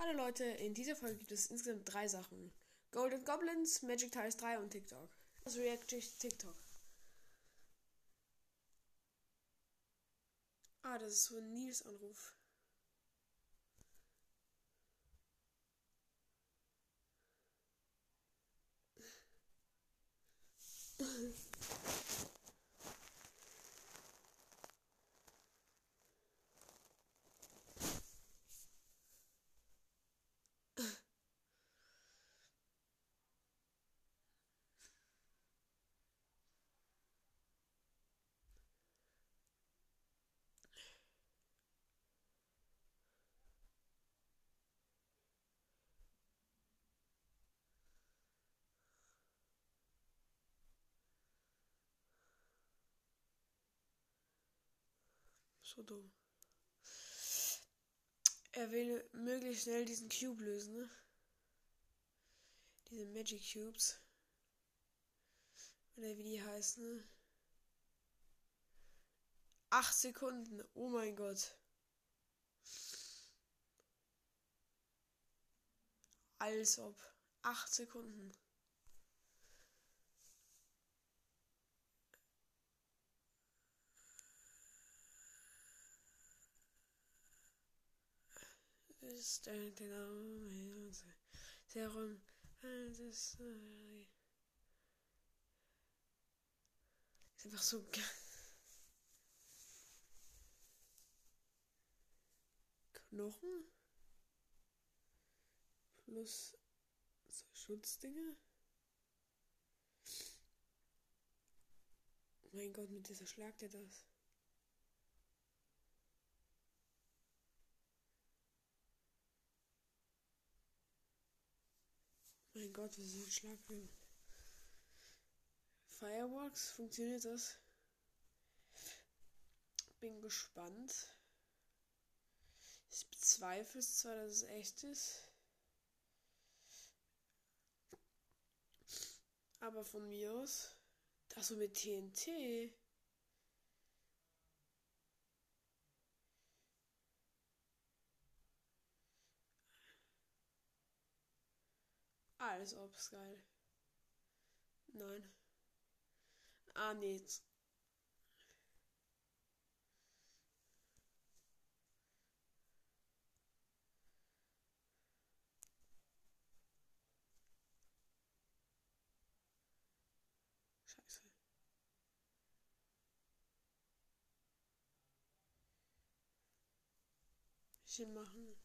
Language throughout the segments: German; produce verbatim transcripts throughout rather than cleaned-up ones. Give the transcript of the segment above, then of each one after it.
Hallo Leute, in dieser Folge gibt es insgesamt drei Sachen. Golden Goblins, Magic Tiles drei und TikTok. Also react ich TikTok. Ah, das ist so ein Nils Anruf. So dumm. Er will möglichst schnell diesen Cube lösen, ne? Diese Magic Cubes. Oder wie die heißen, ne? Acht Sekunden. Oh mein Gott. Als ob. Acht Sekunden. Ist der Serum. Das ist einfach so geil. Knochen plus so Schutzdinger. Mein Gott, mit dieser schlagt er das. Mein Gott, was ist ein Schlagring? Fireworks, funktioniert das? Bin gespannt. Ich bezweifle es zwar, dass es echt ist. Aber von mir aus. Das so mit T N T. Als ob's geil. Nein. Ah, nee. Scheiße. Ich machen.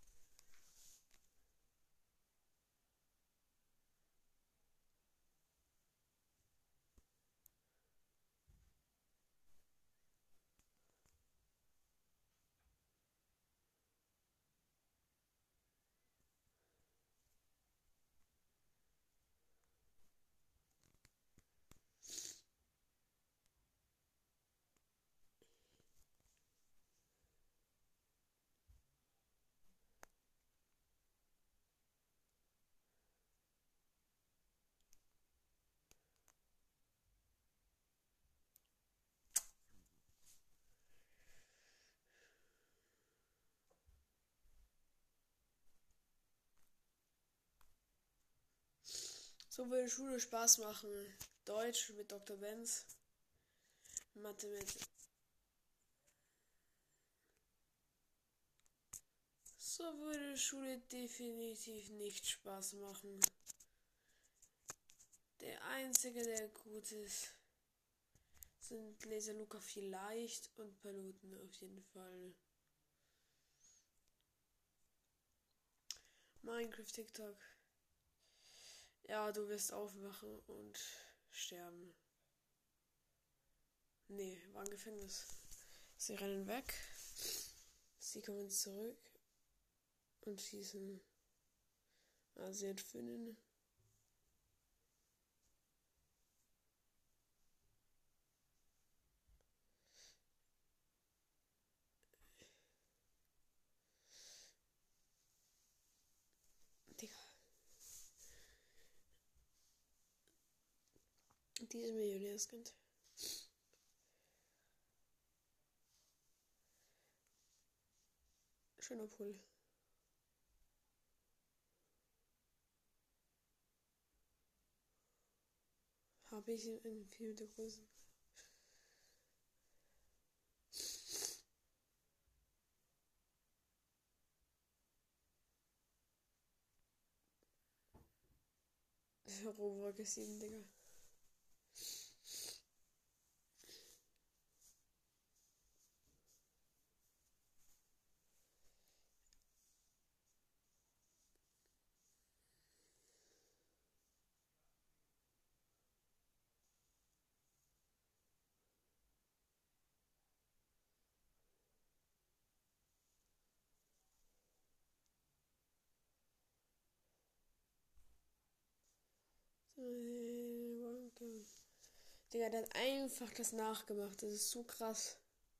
So würde Schule Spaß machen. Deutsch mit Doktor Benz. Mathe mit. So würde Schule definitiv nicht Spaß machen. Der einzige, der gut ist, sind Laser Luca vielleicht und Paluten auf jeden Fall. Minecraft TikTok. Ja, du wirst aufwachen und sterben. Nee, war ein Gefängnis. Sie rennen weg. Sie kommen zurück und schießen. Ah, sie entfinden. Digga. Diese Millionärskind. Schöner Pull. Habe ich in viel der Größen. Roblox sieben, Digga. Digga, der hat einfach das nachgemacht. Das ist so krass.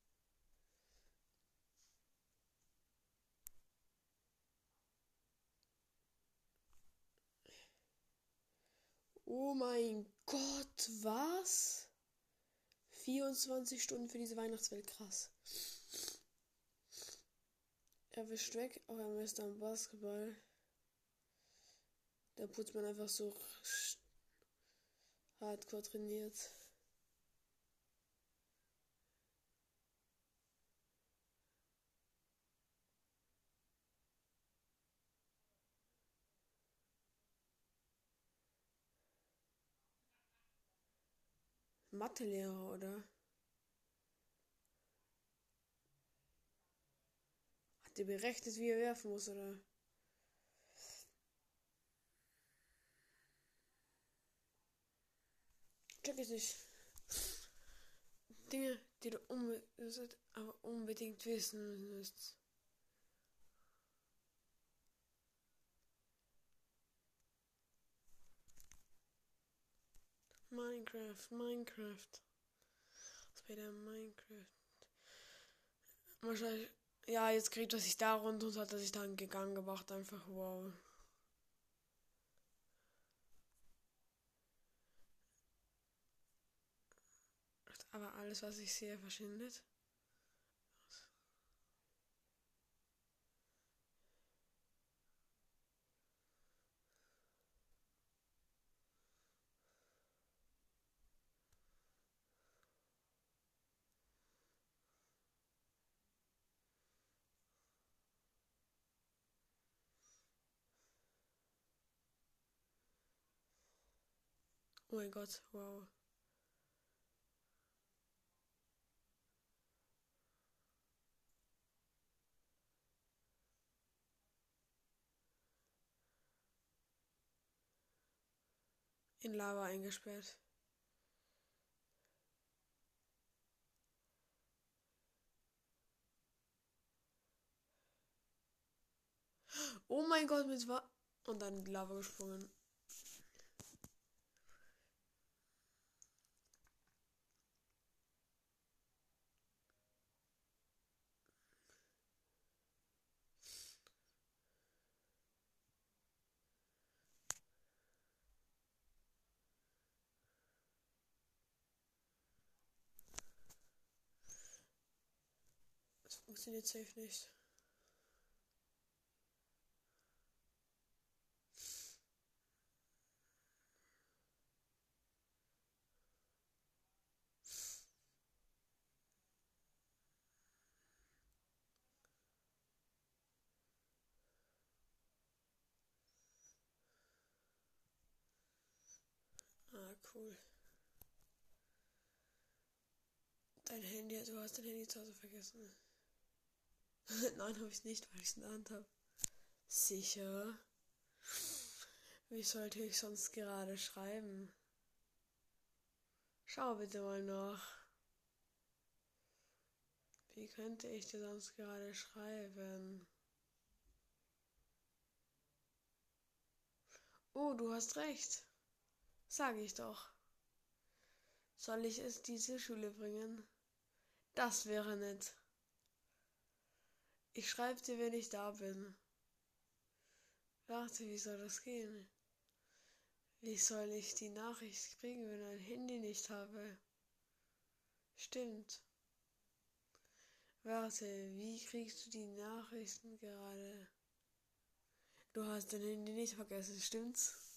Oh mein Gott, was? vierundzwanzig Stunden für diese Weihnachtswelt, krass. Er wischt weg, auch er ist am Basketball. Da putzt man einfach so hardcore trainiert. Mathelehrer, oder? Hat der berechnet, wie er werfen muss, oder? Check ich nicht. Dinge, die du unbe aber unbedingt wissen müsst. Minecraft, Minecraft. Was bei der Minecraft? Wahrscheinlich. Ja, jetzt kriegt er sich da runter und hat er sich dann gegangen gemacht. Einfach wow. Aber alles, was ich sehe, verschwindet. Oh mein Gott, wow. In Lava eingesperrt. Oh mein Gott, mit was? Und dann in die Lava gesprungen. Das funktioniert safe nicht. Ah, cool. Dein Handy, du hast dein Handy zu Hause vergessen. Nein, habe ich nicht, weil ich es in der Hand habe. Sicher. Wie sollte ich sonst gerade schreiben? Schau bitte mal nach. Wie könnte ich dir sonst gerade schreiben? Oh, du hast recht. Sag ich doch. Soll ich es diese Schule bringen? Das wäre nett. Ich schreibe dir, wenn ich da bin. Warte, wie soll das gehen? Wie soll ich die Nachricht kriegen, wenn ich ein Handy nicht habe? Stimmt. Warte, wie kriegst du die Nachrichten gerade? Du hast dein Handy nicht vergessen, stimmt's?